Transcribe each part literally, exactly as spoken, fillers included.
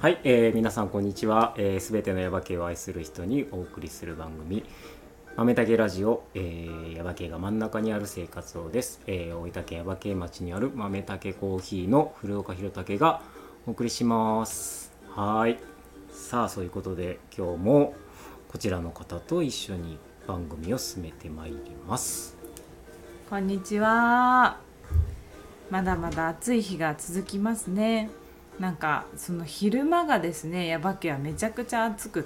はい、えー、皆さんこんにちは。すべ、えー、てのヤバ系を愛する人にお送りする番組豆竹ラジオ、えー、ヤバ系が真ん中にある生活をです、えー、大分県ヤバ系町にある豆竹コーヒーの古岡弘武がお送りします。はい、さあそういうことで今日もこちらの方と一緒に番組を進めてまいります。 こんにちは。まだまだ暑い日が続きますね。なんかその昼間がですね、耶馬渓はめちゃくちゃ暑くって、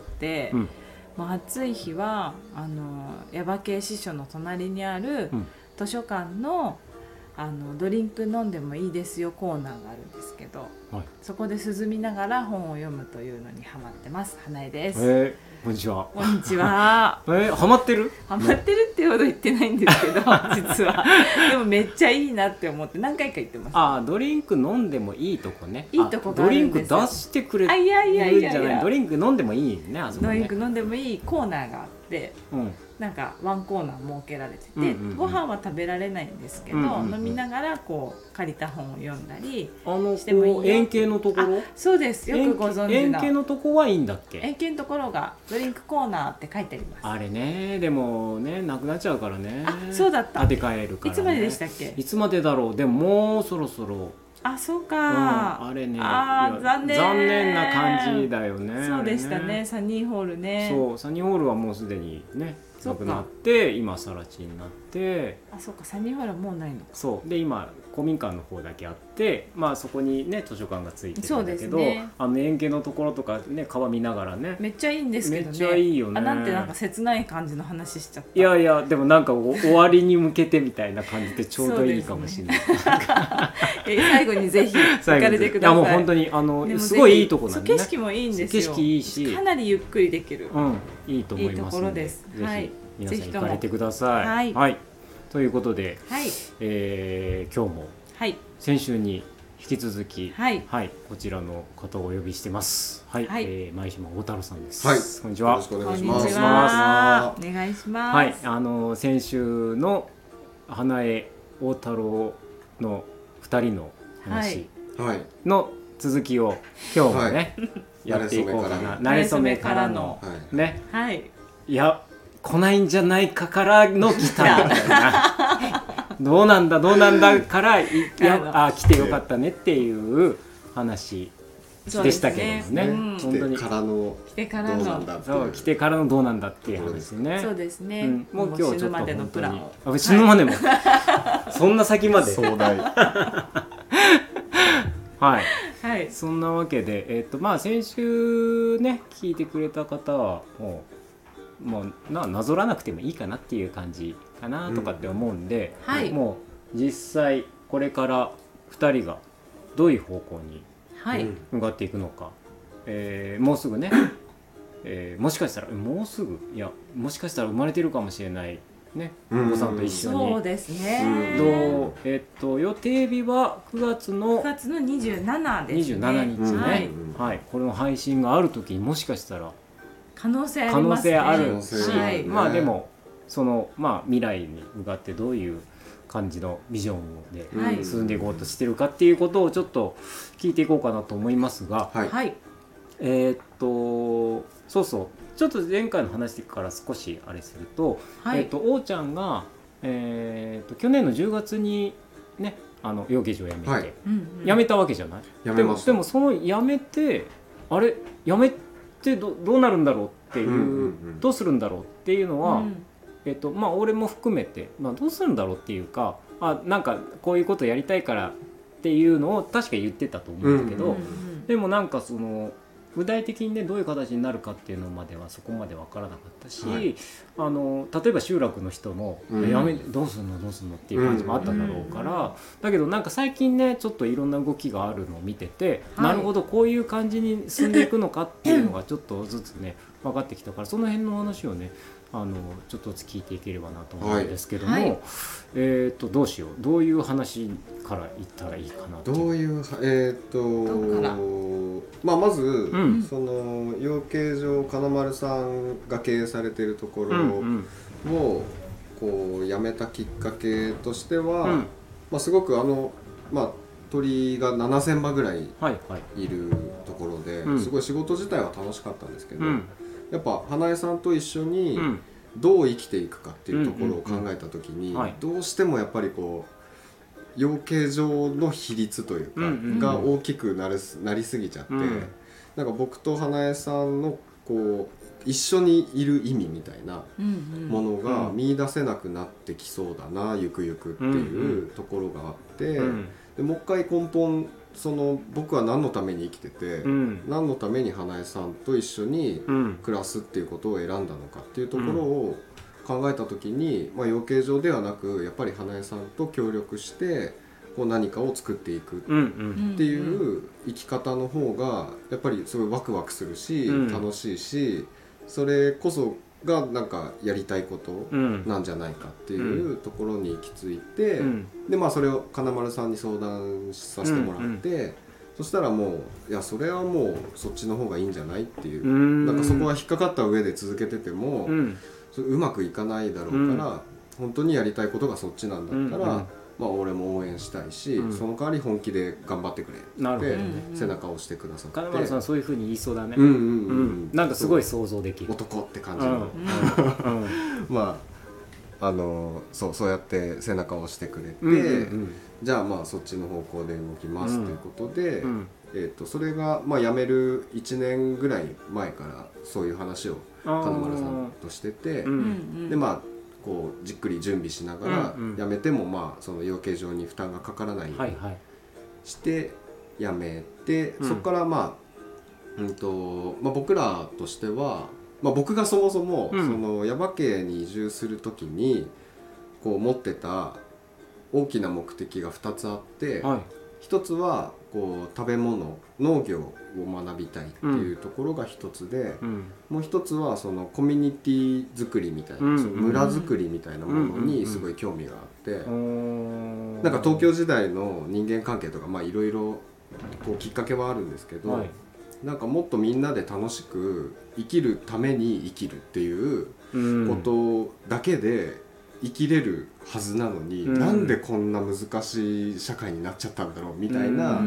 うん、もう暑い日はあの耶馬渓支所の隣にある図書館の、あのドリンク飲んでもいいですよコーナーがあるんですけど、はい、そこで涼みながら本を読むというのにハマってます。花江です。 えーこんにちは。 こんにちは。 えー、ハマってる？ ハマってるってほど言ってないんですけど、実はでもめっちゃいいなって思って何回か言ってます、ね。 ああ、ドリンク飲んでもいいとこね。 いいとこがあるんですよ。 ドリンク出してくれるんじゃない。 いやいやいやいやドリンク飲んでもいいね、あそこね。 ドリンク飲んでもいいコーナーがあって、うん、なんかワンコーナー設けられてて、うんうんうん、ご飯は食べられないんですけど、うんうんうん、飲みながらこう借りた本を読んだりしてもいいよ。 あの円形のところ？ そうです。よくご存知の円形のとこはいいんだっけ？ 円形のところがドリンクコーナーって書いてあります。 あれね、でもねなくなっちゃうからね。 あ、そうだった。 建て替えるから、ね、 いつまででしたっけ？ いつまでだろう。でももうそろそろ。 あ、そうか、 うん、あれね、 あ、残念残念な感じだよね。 そうでした ね, ねサニーホールね。 そうサニーホールはもうすでにねなくなって今さら地になって。 あ、そうか、サニーホールはもうないのか。 そうで今公民館の方だけあって、まあそこにね図書館がついてるんだけど、ね、あの円形のところとかね川見ながらねめっちゃいいんですけどね。 めっちゃいいよね。 あ、なんてなんか切ない感じの話しちゃった。 いやいやでもなんか終わりに向けてみたいな感じでちょうどいいかもしれない。 え最後にぜひ行かれてください。 いやもう本当にあのすごいいいとこなんでね。 景色もいいんですよ。 景色いいしかなりゆっくりできる、 うん、いいと思いますので、いいところです。ぜひ、はい、皆さん行かれてください。はい、はい、ということで、はい、えー、今日も、はい、先週に引き続き、はいはい、こちらの方をお呼びしてます。はい、はい、えー、前島大太郎さんです。 はい、 こんにちは。よろしくお願いします。 お願いします。 はい、あの先週の花江大太郎のふたりの話の続きを今日もね、はい、やっていこうかな。慣れ初めからのね、はい、いや来ないんじゃないかからの来たみたいなどうなんだどうなんだからいやあ来てよかったねっていう話でしたけどもね、うん、 本当に来てからの来てからのどうなんだっていうそう来てからのどうなんだっていう話ですね。 そうですね、 うん、もう今日ちょっと死ぬまでのプランを死ぬまでも、はい、そんな先まで壮大はい、はい、そんなわけで、えーとまあ、先週ね聞いてくれた方はもうもうななぞらなくてもいいかなっていう感じかなとかって思うんで、うんはい、もう実際これからふたりがどういう方向に向かっていくのか、はいえー、もうすぐね、えー、もしかしたらもうすぐいやもしかしたら生まれてるかもしれないね、お子さんと一緒に、 そうですね、 とえっと予定日はくがつのくがつのにじゅうしちですね。 にじゅうしちにちね、はいはい、この配信がある時にもしかしたら可能性ありますね。 可能性あるし、 はい、 まあでもそのまあ未来に向かってどういう感じのビジョンで進んでいこうとしてるかっていうことをちょっと聞いていこうかなと思いますが、はい、えー、っとそうそうちょっと前回の話から少しあれすると、はい、えー、っとおーちゃんが、えー、っと去年のじゅうがつにねあの養鶏場を辞めて、はい、辞めたわけじゃない。 辞めました。 でも、でもその辞めてあれ辞めて ど, どうなるんだろうっていう、うんうんうん、どうするんだろうっていうのは、うんえーとまあ、俺も含めて、まあ、どうするんだろうっていうかあなんかこういうことやりたいからっていうのを確か言ってたと思うんだけど、うんうんうん、でもなんかその具体的にねどういう形になるかっていうのまではそこまで分からなかったし、はい、あの例えば集落の人も、うん、やめどうすんのどうすんのっていう感じもあっただろうから、うんうん、だけどなんか最近ねちょっといろんな動きがあるのを見てて、はい、なるほどこういう感じに進んでいくのかっていうのがちょっとずつね分かってきたからその辺の話をねあのちょっと聞いていければなと思うんですけども、はい、えー、とどうしようどういう話から言ったらいいかなってどういうえっ、ー、とまあまず、うん、その養鶏場金丸さんが経営されているところを、うんうん、こう辞めたきっかけとしては、うんまあ、すごくあのまあ鳥がななせんばぐらいいるところで、うん、すごい仕事自体は楽しかったんですけど、うん、やっぱ花江さんと一緒にどう生きていくかっていうところを考えた時に、どうしてもやっぱりこう養鶏場の比率というかが大きくなる、なりすぎちゃって、うん、なんか僕と花江さんのこう一緒にいる意味みたいなものが見出せなくなってきそうだな、ゆくゆくっていうところがあって、でもう一回根本その僕は何のために生きてて、うん、何のために花江さんと一緒に暮らすっていうことを選んだのかっていうところを考えた時に、まあ、養鶏場ではなくやっぱり花江さんと協力してこう何かを作っていくっていう生き方の方がやっぱりすごいワクワクするし、うん、楽しいし、それこそがなんかやりたいことなんじゃないかっていうところに行き着いて、うん、でまあそれを金丸さんに相談させてもらって、うんうん、そしたらもういやそれはもうそっちの方がいいんじゃないっていう、うんなんかそこは引っかかった上で続けてても、うん、それうまくいかないだろうから、うん、本当にやりたいことがそっちなんだったら、うんうんまあ、俺も応援したいし、うん、その代わり本気で頑張ってくれって言って、ね、背中を押してくださって、 金丸さんそういう風に言いそうだね、うんうんうんうん、なんかすごい想像できる男って感じの、うんうんうん、まああのそうそうやって背中を押してくれて、うんうんうん、じゃあまあそっちの方向で動きますということで、うんうんえー、とそれが、まあ、辞めるいちねんぐらい前からそういう話を金丸さんとしてて、うん、でまあこうじっくり準備しながら、うんうん、辞めてもまあその養鶏場に負担がかからないようにして辞めて、はいはい、そこからまあ、うんとまあ、僕らとしては、まあ、僕がそもそも、うん、その耶馬渓に移住するときにこう持ってた大きな目的がふたつあって、はい、ひとつはこう食べ物農業を学びたいっていうところが一つで、うん、もう一つはそのコミュニティ作りみたいな、うん、その村作りみたいなものにすごい興味があって、うん、なんか東京時代の人間関係とかまあいろいろきっかけはあるんですけど、はい、なんかもっとみんなで楽しく生きるために生きるっていうことだけで生きれるはずなのに、うん、なんでこんな難しい社会になっちゃったんだろうみたいな、うん、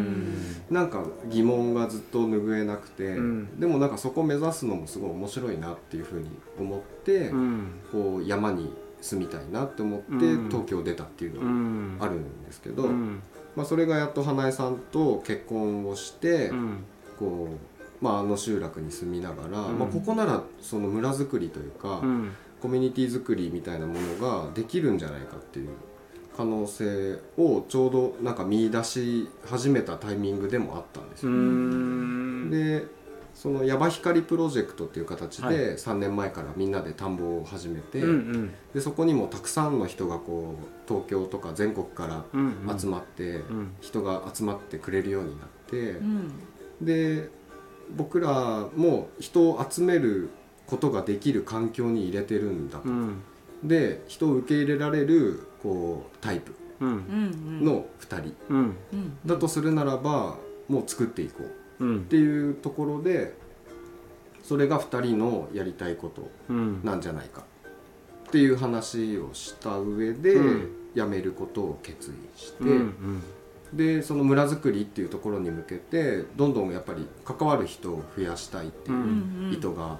なんか疑問がずっと拭えなくて、うん、でもなんかそこを目指すのもすごい面白いなっていうふうに思って、うん、こう山に住みたいなって思って東京出たっていうのがあるんですけど、うんまあ、それがやっと花江さんと結婚をして、こうまあ、あの集落に住みながら、まあ、ここならその村づくりというか、コミュニティ作りみたいなものができるんじゃないかっていう可能性をちょうどなんか見出し始めたタイミングでもあったんですよ。うーんでそのヤバヒカリプロジェクトっていう形でさんねんまえからみんなで田んぼを始めて、はい、でそこにもたくさんの人がこう東京とか全国から集まって、うんうん、人が集まってくれるようになって、うん、で僕らも人を集めることができる環境に入れてるんだと、うん、で人を受け入れられるこうタイプのふたり、うん、だとするならばもう作っていこうっていうところで、それがふたりのやりたいことなんじゃないかっていう話をした上で、うん、辞めることを決意して、うんうんでその村づくりっていうところに向けてどんどんやっぱり関わる人を増やしたいっていう意図があって、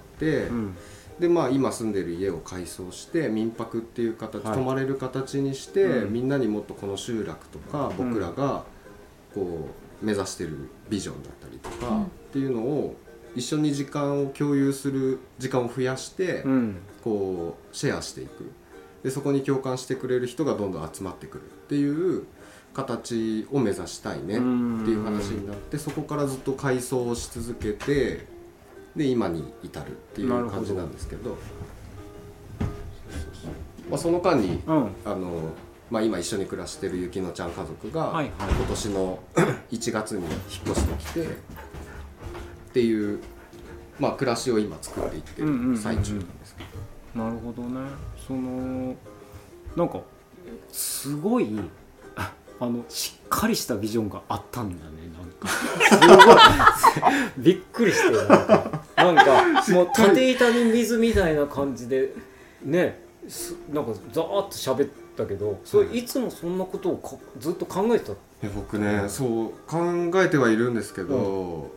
うんうん、でまあ今住んでる家を改装して民泊っていう形、はい、泊まれる形にして、うん、みんなにもっとこの集落とか僕らがこう目指してるビジョンだったりとかっていうのを一緒に時間を共有する時間を増やして、こうシェアしていく。でそこに共感してくれる人がどんどん集まってくるっていう形を目指したいねっていう話になって、そこからずっと改装をし続けて、で今に至るっていう感じなんですけど、まあ、その間に、うん、あのまあ、今一緒に暮らしてるゆきのちゃん家族が、はいはい、今年のいちがつに引っ越してきてっていう、まあ、暮らしを今作っていってる最中なんですけど、 うんうんうん、なるほどね。そのなんかすごいあのしっかりしたビジョンがあったんだね。なんかすごいびっくりして、なんかなんかもう縦板に水みたいな感じでね、なんかザーッと喋ったけど、それいつもそんなことをかずっと考えてた。 僕ね、そう考えてはいるんですけど、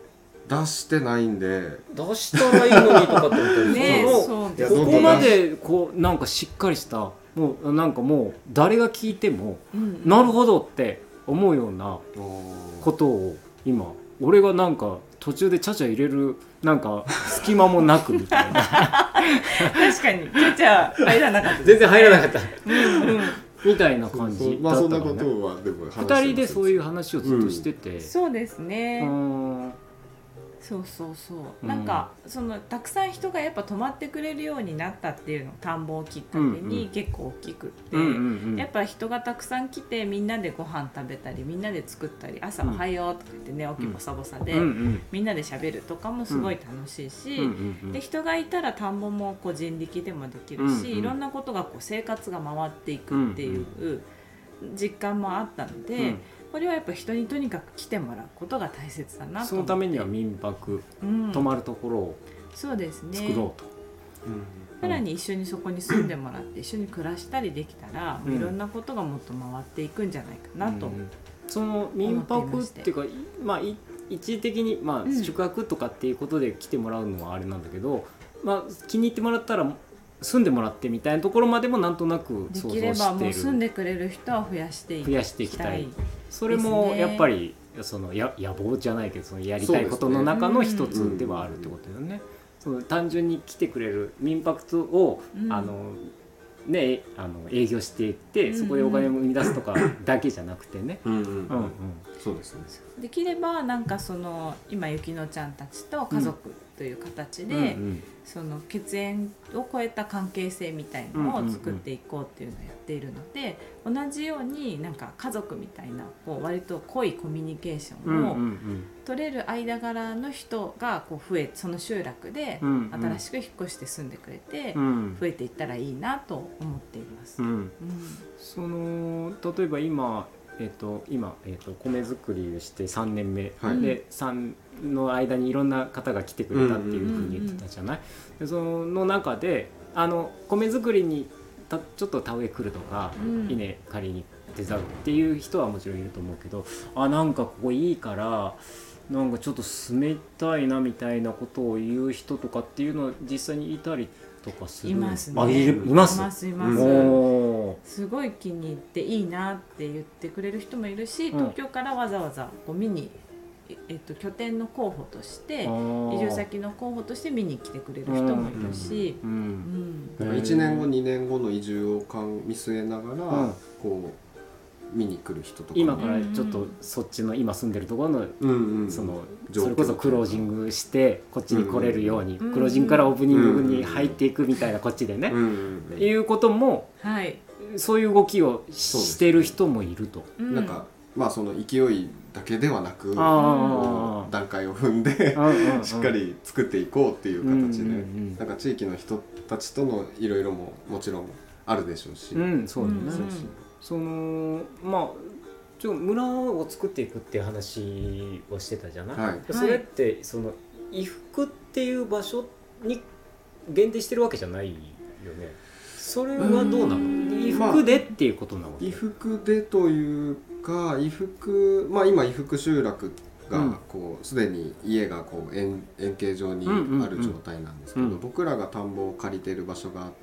出してないんで出したらいいのにとかって思ってねそそうのここまでこうなんかしっかりしたもうなんかもう誰が聞いても、うん、なるほどって思うようなことを今俺がなんか途中でちゃちゃ入れるなんか隙間もなくみたいな確かにちゃちゃ入らなかった、ね、 全然入らなかったうん、うんみたいな感じだったからね。 まあそんなことはでも話してます。 ふたりでそういう話をずっとしてて、 うん、そうですね。うんそうそうそう、うん、なんかそのたくさん人がやっぱ泊まってくれるようになったっていうの田んぼをきっかけに結構大きくって、うんうんうん、やっぱ人がたくさん来てみんなでご飯食べたりみんなで作ったり朝おはようとか言って寝起きボサボサで、うんうん、みんなで喋るとかもすごい楽しいし、うんうんうん、で人がいたら田んぼもこう人力でもできるし、うんうん、いろんなことがこう生活が回っていくっていう実感もあったので、うんこれはやっぱ人にとにかく来てもらうことが大切だなと思って、 そのためには民泊、うん、泊まるところを作ろうと、 そうですね、うん、さらに一緒にそこに住んでもらって一緒に暮らしたりできたら、うん、いろんなことがもっと回っていくんじゃないかなと、うん、 その民泊っていうか、まあ、一時的に、まあ、宿泊とかっていうことで来てもらうのはあれなんだけど、うんまあ、気に入ってもらったら住んでもらってみたいなところまでもなんとなく想像している。 できればもう住んでくれる人は増やしていきたい、 増やしていきたい。それもやっぱりそのや野望じゃないけどそのやりたいことの中の一つではあるってことだよね。その単純に来てくれる民泊を、うん、あのね、あの営業していってそこでお金を生み出すとかだけじゃなくてね。 そうですね。 できればなんかその今ゆきのちゃんたちと家族という形で、うんうん、その血縁を超えた関係性みたいなのを作っていこうっていうのをやっているので、同じようになんか家族みたいなこう割と濃いコミュニケーションを取れる間柄の人がこう増えその集落で新しく引っ越して住んでくれて増えていったらいいなと思っています。うんうん、 その例えば今えー、と今、えー、と米作りをしてさんねんめ、はい、でさんの間にいろんな方が来てくれたっていうふうに言ってたじゃない、でその中であの米作りにたちょっと田植え来るとか、うん、稲刈りに手伝うっていう人はもちろんいると思うけど、あなんかここいいからなんかちょっと住めたいなみたいなことを言う人とかっていうのは実際にいたりとかする。 いますね。 あ、いますいますいます、うん、すごい気に入っていいなって言ってくれる人もいるし、東京からわざわざこう見に、えっと、拠点の候補として移住先の候補として見に来てくれる人もいるし、 いちねんごにねんごの移住を見据えながら、うん、こう見に来る人とか今からちょっとそっちの今住んでるところの、うんうん、そのそれこそクロージングしてこっちに来れるように、うんうん、クロージングからオープニングに入っていくみたいなこっちでね、うんうん、いうことも、はい、そういう動きをしてる人もいると、 うん、なんかまあその勢いだけではなく、段階を踏んでしっかり作っていこうっていう形で、うんうんうん、なんか地域の人たちとのいろいろももちろんあるでしょうし、 うん、そうだね、うんうん、そのまあちょ村を作っていくっていう話をしてたじゃない、はい、それってその伊福っていう場所に限定してるわけじゃないよね。それはどうなの？伊福でっていうことなの？ 伊福でというか伊福、まあ今伊福集落がこうすでに家がこう 円, 円形状にある状態なんですけど、うんうんうん、僕らが田んぼを借りている場所があって、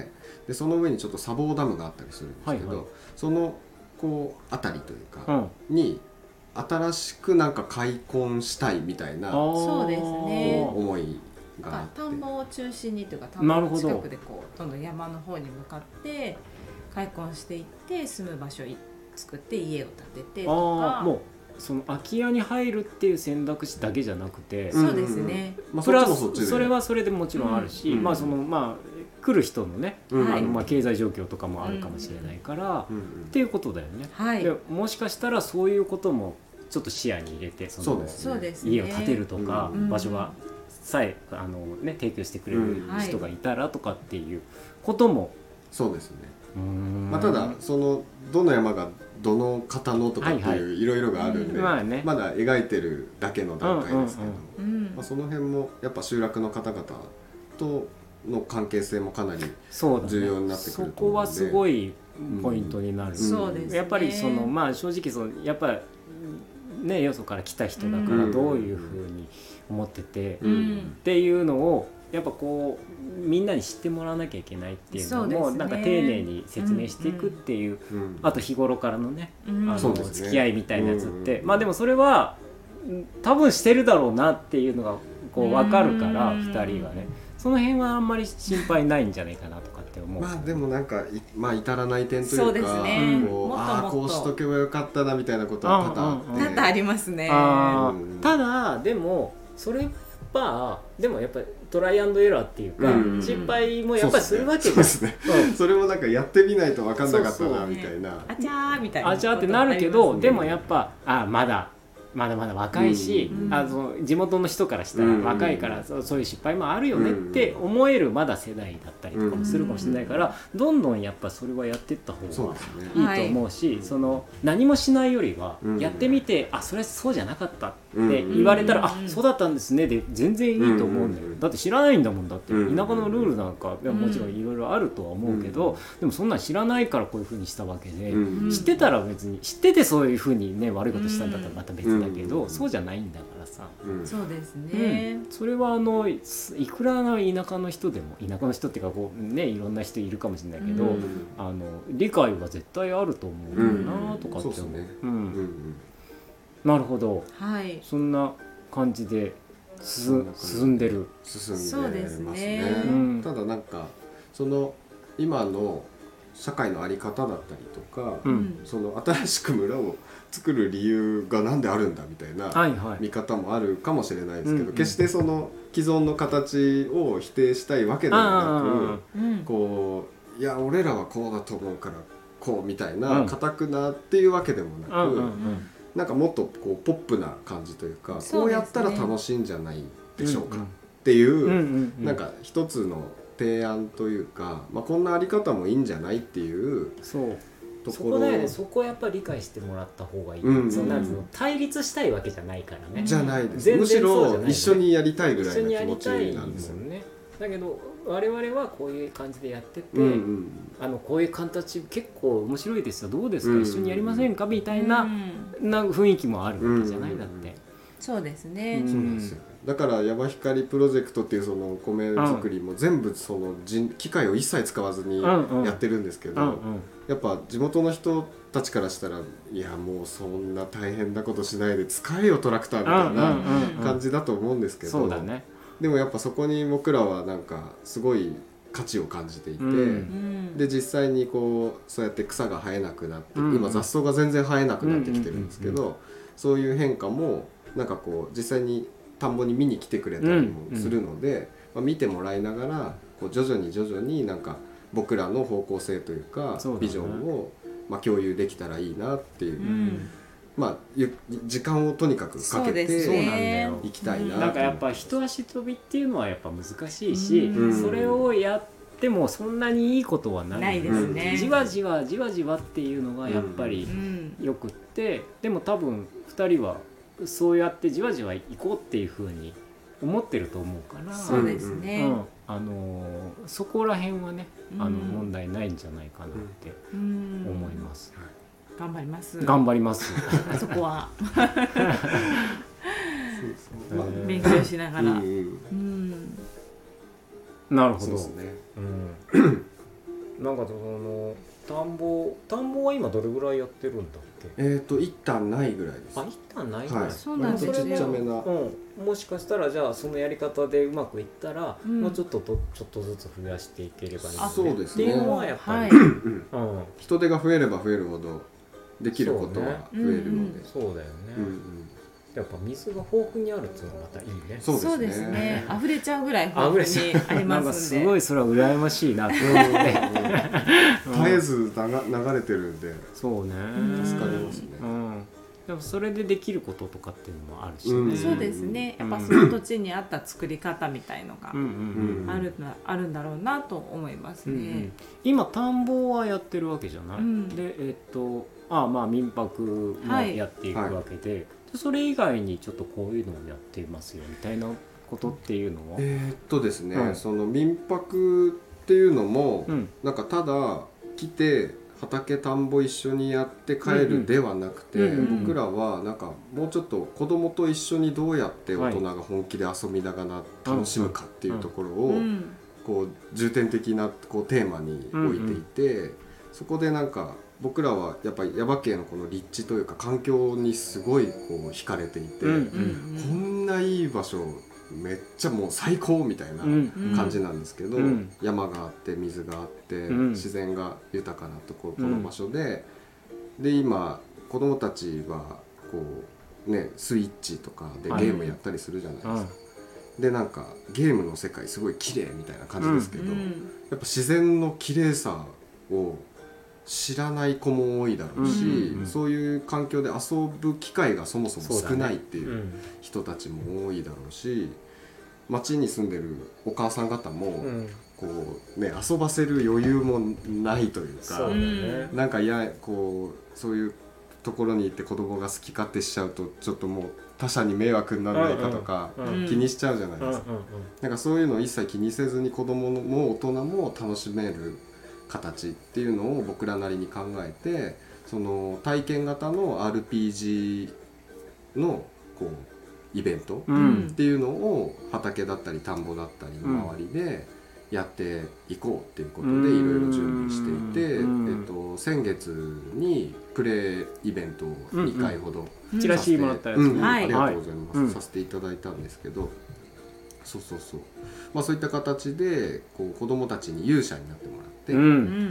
でその上にちょっと砂防ダムがあったりするんですけど、はいはい、そのこう辺りというかに新しくなんか開墾したいみたいなそうですね思いがあって、 田んぼを中心にというか田んぼの近くでこうどんどん山の方に向かって開墾していって住む場所を作って家を建ててとか、 あもうその空き家に入るっていう選択肢だけじゃなくて、 そうですね、 まあ、プラスそれはそれでもちろんあるし、うん、まあそのまあ来る人のね、うん、あのまあ経済状況とかもあるかもしれないから、うん、っていうことだよね、はい、でもしかしたらそういうこともちょっと視野に入れてそのそうですね、 家を建てるとか、うん、場所がさえあの、ね、提供してくれる人がいたらとかっていうことも、 そうですね、まあ、ただそのどの山がどの方のとかっていういろいろがあるんで、はいはい、まだ描いてるだけの段階ですけど、うんうんうん、まあ、その辺もやっぱ集落の方々との関係性もかなり重要になってくると思うので、 そ, ね、そこはすごいポイントになる、 うん、 やっぱりその、まあ、正直そのやっぱねよそから来た人だからどういうふうに思ってて、 うん、 っていうのをやっぱこうみんなに知ってもらわなきゃいけないっていうのも、ね、なんか丁寧に説明していくっていう、うんうん、あと日頃からのね、うん、あの、ね、付き合いみたいなやつって、うん、まあでもそれは多分してるだろうなっていうのがこう分かるから、うん、ふたりがねその辺はあんまり心配ないんじゃないかなとかって思う。 まあでもなんかまあ至らない点というか、 そうですね、 こうああこうしとけばよかったなみたいなことは多々あって、 多々ありますね。 あ、うん、ただでもそれはでもやっぱりトライアンドエラーっていうか、うん、失敗もやっぱりするわけじゃん。 そうですね。そうですね。それもなんかやってみないと分かんなかったなみたいな。そうそう、 あちゃーみたいな。 あちゃーってなるけど、でもやっぱあまだまだまだ若いし、うん、あの地元の人からしたら若いから、うん、そういう失敗もあるよねって思えるまだ世代だったりとかもするかもしれないから、うん、どんどんやっぱそれはやっていった方がいいと思うし、はい、その何もしないよりはやってみて、うん、あそれそうじゃなかったって言われたら、うん、あそうだったんですねで全然いいと思うんだよ、うん、だって知らないんだもん。だって田舎のルールなんかもちろんいろいろあるとは思うけど、うん、でもそんなん知らないからこういう風にしたわけで、うん、知ってたら別に知っててそういう風にね悪いことしたんだったらまた別だけど、うん、そうじゃないんだからさ、 うん、そうですね、 うん、それはあのいくらの田舎の人でも田舎の人っていうかこうねいろんな人いるかもしれないけど、うん、あの理解は絶対あると思うなとかって思う。なるほど、 はい、 そんな感じで進んでる。 進んでますね。 うん、 ただなんかその今の社会の在り方だったりとか、うん、その新しく村を作る理由が何であるんだみたいな見方もあるかもしれないですけど、はいはい、決してその既存の形を否定したいわけではなく、こういや俺らはこうだと思うからこうみたいな固くなっていうわけでもなく、うんうんうん、なんかもっとこうポップな感じというか、こうやったら楽しいんじゃないでしょうかっていう、うんうん、なんか一つの提案というか、まあ、こんなあり方もいいんじゃないっていうそうところ、そこだよね。そこをやっぱり理解してもらった方がいい、うんうん、そんな対立したいわけじゃないからね。 じゃないです。むしろ一緒にやりたいぐらいの気持ちなんですよね。だけど我々はこういう感じでやってて、うんうん、あのこういう形結構面白いですよどうですか、うんうん、一緒にやりませんかみたいな、うん、な雰囲気もあるわけじゃない、うんうん、だってそうですね、 うん、そうなんですよ。だからヤバヒカリプロジェクトっていうそのお米作りも全部その機械を一切使わずにやってるんですけど、うんうん、やっぱ地元の人たちからしたらいやもうそんな大変なことしないで使えよトラクターみたいな感じだと思うんですけど、 そうだね。 でもやっぱそこに僕らはなんかすごい価値を感じていて、うん、で実際にこうそうやって草が生えなくなって、うん、今雑草が全然生えなくなってきてるんですけど、うんうんうん、そういう変化もなんかこう実際に田んぼに見に来てくれたりもするので、うんうん、まあ、見てもらいながらこう徐々に徐々になんか僕らの方向性というかビジョンをまあ共有できたらいいなっていう、うん、まあ時間をとにかくかけていきたいな。 なんかやっぱ一足飛びっていうのはやっぱ難しいし、うん、それをやってもそんなにいいことはない、 ないですね。 じわじわじわじわっていうのがやっぱりよくって、でも多分ふたりはそうやってじわじわ行こうっていう風に思ってると思うから、 そうですね、うん、 あのー、そこら辺はね、うん、あの問題ないんじゃないかなって思います、 うん、頑張ります頑張りますそこはそうそう、勉強しながら、うんうん、 なるほど。 そうですね、 うん、なんかその田んぼ田んぼは今どれぐらいやってるんだっけ？ えっと一旦ないぐらいです。 あ、一旦ないぐらい、はい、 そうなんですね。 ちっちゃめな、 うん、もしかしたらじゃあそのやり方でうまくいったら、うん、もうちょっととちょっとずつ増やしていければいい、ね、 そうですね。 っていうのはやっぱり、はい、 うん、人手が増えれば増えるほどできることは増えるので、 そう、ね、そうだよね、うんうん、やっぱ水が豊富にあるっていうのがまたいいね。 そうですね。 そうですね。溢れちゃうぐらい豊富にありますんで。なんかすごいそれは羨ましいなって思って絶えず流れてるんで、 そうね。 助かりますね。 うん。でもそれでできることとかっていうのもあるしね。 うん、そうですね。やっぱその土地に合った作り方みたいのがあるあるんだろうなと思いますね。うんうん、 今田んぼはやってるわけじゃない。うん、で、えっと、ああまあ民泊もやっていくわけで。はいはい、それ以外にちょっとこういうのをやっていますよみたいなことっていうのは、 えー、っとですね、うん、その民泊っていうのも、うん、なんかただ来て畑田んぼ一緒にやって帰るではなくて、うんうん、僕らはなんかもうちょっと子供と一緒にどうやって大人が本気で遊びながら楽しむかっていうところをこう重点的なこうテーマに置いていて、うんうん、そこでなんか僕らはやっぱり耶馬渓のこの立地というか環境にすごいこう惹かれていて、うんうんうん、こんないい場所めっちゃもう最高みたいな感じなんですけど、うん、山があって水があって、うん、自然が豊かなところ、この場所で、うん、で今子供たちはこうねスイッチとかでゲームやったりするじゃないですか、はい、でなんかゲームの世界すごい綺麗みたいな感じですけど、うん、やっぱ自然の綺麗さを知らない子も多いだろうし、うんうん、そういう環境で遊ぶ機会がそもそも少ないっていう人たちも多いだろうし、町に住んでるお母さん方も、うん、こうね遊ばせる余裕もないというか、そうだね、なんかいやこうそういうところに行って子供が好き勝手しちゃうとちょっともう他者に迷惑にならないかとか気にしちゃうじゃないですか。なんかそういうのを一切気にせずに子供も大人も楽しめる形っていうのを僕らなりに考えて、その体験型の アールピージー のこうイベントっていうのを畑だったり田んぼだったりの周りでやっていこうっていうことでいろいろ準備していて、えっと、先月にプレイイベントをにかいほどチラシもらったやつ、 うん、ありがとうございます、はい、させていただいたんですけど、そうそうそう、まあ、そういった形でこう子どもたちに勇者になってもらって、うん、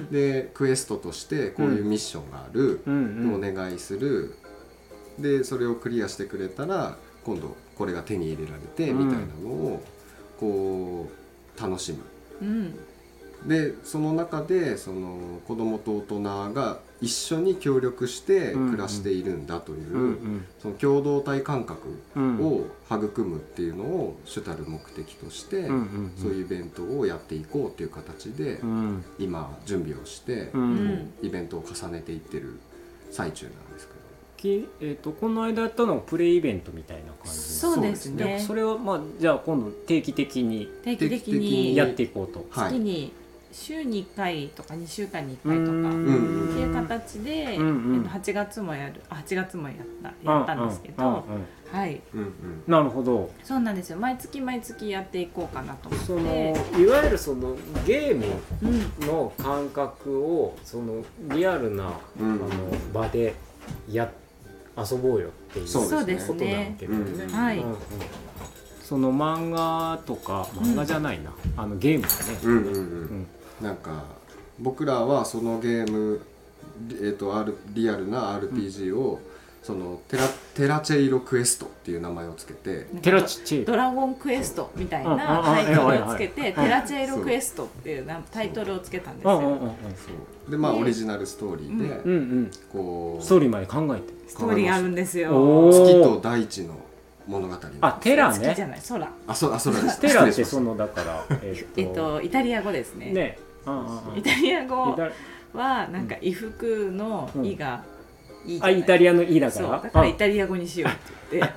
でクエストとしてこういうミッションがある、うん、お願いする、でそれをクリアしてくれたら今度これが手に入れられてみたいなのをこう楽しむ、うん、でその中でその子どもと大人が一緒に協力して暮らしているんだという、うんうん、その共同体感覚を育むっていうのを主たる目的として、うんうんうん、そういうイベントをやっていこうっていう形で、うん、今準備をして、うん、イベントを重ねていってる最中なんですけど、 えー、とこの間やったのはプレイイベントみたいな感じ。 そうですね。 それはまあじゃあ今度定期的に定期的にやっていこうと、 月に週にいっかいとかにしゅうかんにいっかいとかっていう形で、うんうん、はちがつもやるはちがつもやったやったんですけど、うんうんうん、はい、うんうん、 なるほど。 そうなんですよ。毎月毎月やっていこうかなと思って、 そのいわゆるそのゲームの感覚をそのリアルな、うん、あの場でや遊ぼうよっていうことなんだけどね。はい。うんうん、その漫画とか漫画じゃないな、うん、あのゲームだね。うんうんうんうん、なんか僕らはそのゲーム、えーと、R、リアルな アールピージー を、うん、そのテラ、テラチェイロクエストっていう名前をつけて、 テラチェイロドラゴンクエストみたいなタイトルをつけて、テラチェイロクエストっていうタイトルをつけたんですよ。 そうでまあオリジナルストーリーで、うん、 こうストーリーまで考えてストーリーあるんですよ。 月と大地の物語。 あ、テラね。 月じゃない、空。 あ、そう、あ、空です。 テラってそのだからえっと、えっと、イタリア語ですね。ね、イタリア語はなんか衣服の「い」が 「い」あ、イタリアの「い」だから。 そうだからイタリア語にしようって言って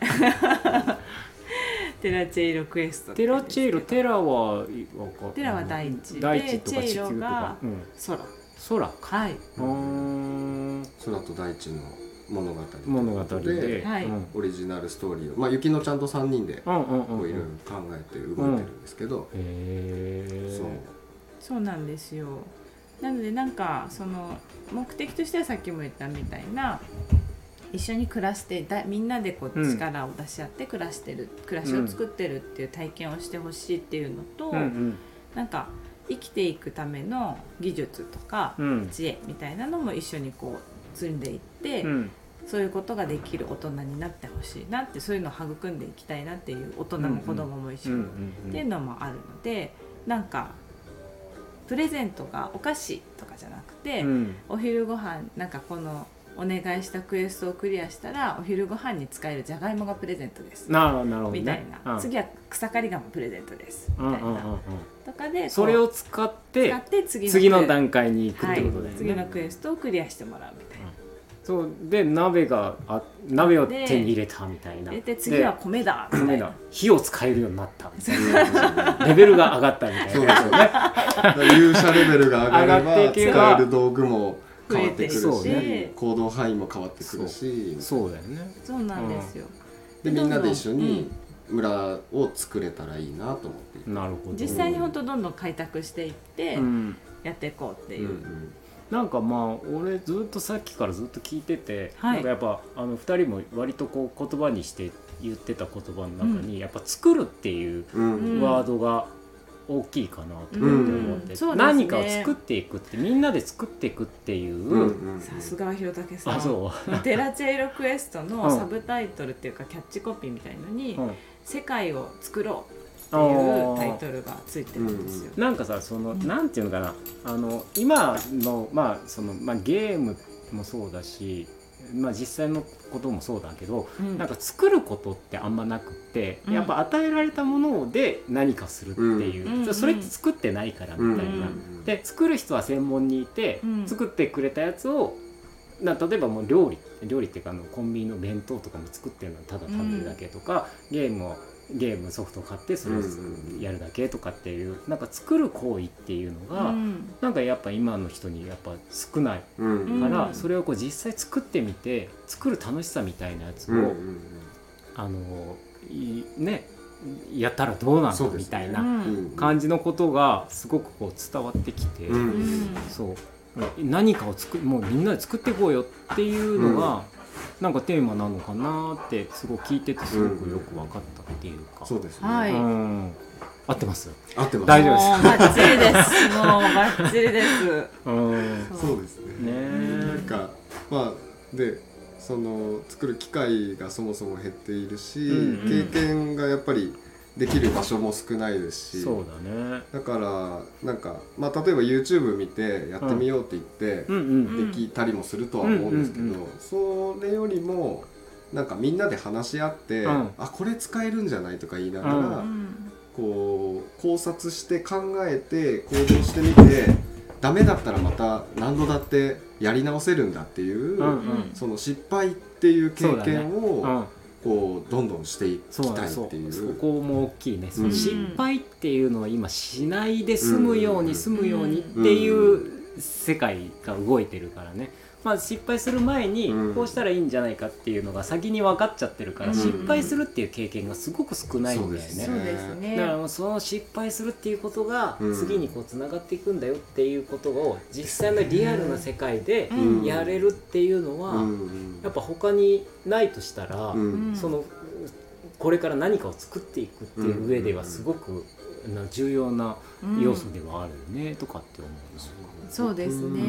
テラチェイロクエスト。 テラチェイロ、テラはテラは大地大地とか地球とか、 チェイロが空。 空か。 はい。 空と大地の物語物語で、 はい、オリジナルストーリーを、まあ、雪乃ちゃんとさんにんでいろいろ考えて動いてるんですけど、うん、へそうそうなんですよ。なのでなんかその目的としてはさっきも言ったみたいな一緒に暮らしてだみんなでこう力を出し合って暮らしてる、うん、暮らしを作ってるっていう体験をしてほしいっていうのと、うんうん、なんか生きていくための技術とか知恵みたいなのも一緒にこう積んでいって、うん、そういうことができる大人になってほしいなって、そういうのを育んでいきたいなっていう大人も子供も一緒にっていうのもあるので、なんかプレゼントがお菓子とかじゃなくて、うん、お昼ご飯なんかこのお願いしたクエストをクリアしたらお昼ご飯に使えるじゃがいもがプレゼントですなるほど、ね、 みたいな、うん、次は草刈りがプレゼントですみたいな、うんうんうんうん、とかでそれを使って使って次の、次の段階に行くってことだよね、はい、 次のクエストをクリアしてもらうみたいな、うん、 そうで鍋があ鍋を手に入れたみたいなで次は米だみたいな、 火を使えるようになったみたいなレベルが上がったみたいな、 そうですよね勇者レベルが上がれば使える道具も変わってくるし、 増えていって行動範囲も変わってくるし、 そう、そうだよね。 そうなんですよ、 うん、でみんなで一緒に村を作れたらいいなと思っていて、 なるほど。 実際に本当どんどん開拓していって、うん、やっていこうっていう、うんうん、 なんかまあ俺ずっとさっきからずっと聞いてて、 はい、 なんかやっぱあのふたりも割とこう言葉にして言ってた言葉の中に、うん、やっぱ作るっていうワードが大きいかなと思って、うんうん、何かを作っていくって、みんなで作っていくっていう、うんうん、 さすが弘武さん。 あ、そうテラチェイロクエストのサブタイトルっていうかキャッチコピーみたいのに、うん、世界を作ろうっていうタイトルがついてるんですよ。 なんかさ、その、うん、なんていうのかな、あの今のまあそのまあゲームもそうだし、まあ実際のこともそうだけど、うん、なんか作ることってあんまなくって、うん、やっぱ与えられたもので何かするっていう、うん、それって作ってないからみたいな、うん、で作る人は専門にいて、うん、作ってくれたやつをな例えばもう料理料理っていうかあのコンビニの弁当とかも作ってるのはただ食べるだけとか、うん、ゲームをゲームソフトを買ってそれをやるだけとかっていう、なんか作る行為っていうのが、うん、なんかやっぱ今の人にやっぱ少ないから、うん、それをこう実際作ってみて作る楽しさみたいなやつを、うん、あのねやったらどうなんだみたいな感じのことがすごくこう伝わってきて、うん、そう何かを作もうみんなで作っていこうよっていうのが、うん、なんかテーマなのかなってすごい聞いててすごくよく分かったっていうか、 うん、そうですね、 はい、うん、 合ってます合ってます、 大丈夫ですバッチリですもうバッチリです、 うん、そう、そうですね、ね、なんかまあでその作る機会がそもそも減っているし、うんうん、経験がやっぱりできる場所も少ないですし、 そうだね、 だからなんか、まあ、例えば YouTube 見てやってみようって言ってできたりもするとは思うんですけど、うんうんうん、それよりもなんかみんなで話し合って、うん、あこれ使えるんじゃないとか言いながら、うん、こう考察して考えて行動してみてダメだったらまた何度だってやり直せるんだっていう、うんうん、その失敗っていう経験をこうどんどんしていきたいっていう、 そこも大きいね、その失敗っていうのは今しないで済むように済むようにっていう世界が動いてるからね、まあ、失敗する前にこうしたらいいんじゃないかっていうのが先に分かっちゃってるから、失敗するっていう経験がすごく少ないんだよね、 そうですね、 だからその失敗するっていうことが次にこうつながっていくんだよっていうことを実際のリアルな世界でやれるっていうのはやっぱ他にないとしたら、そのこれから何かを作っていくっていう上ではすごく重要な要素ではあるよねとかって思う。 そうですね、うん、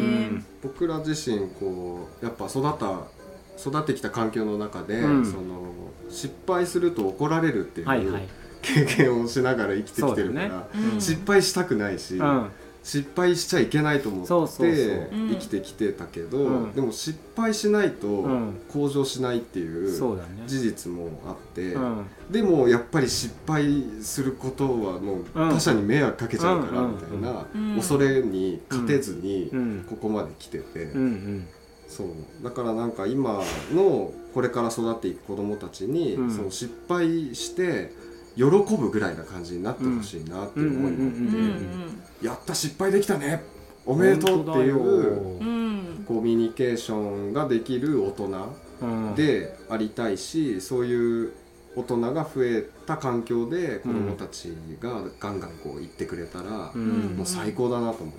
僕ら自身こうやっぱ育った育ってきた環境の中で、うん、その失敗すると怒られるっていう、はいはい、経験をしながら生きてきてるから、ね、うん、失敗したくないし、うん、失敗しちゃいけないと思って生きてきてたけど、うん、でも失敗しないと向上しないっていう事実もあって、うん、でもやっぱり失敗することはもう他者に迷惑かけちゃうからみたいな恐れに勝てずにここまで来てて、うんうん、そうだからなんか今のこれから育っていく子どもたちに、うん、その失敗して喜ぶぐらいな感じになってほしいなっていう思いもあって、やった失敗できたねおめでとうっていうコミュニケーションができる大人でありたいし、そういう大人が増えた環境で子どもたちがガンガンこう言ってくれたらもう最高だなと思って、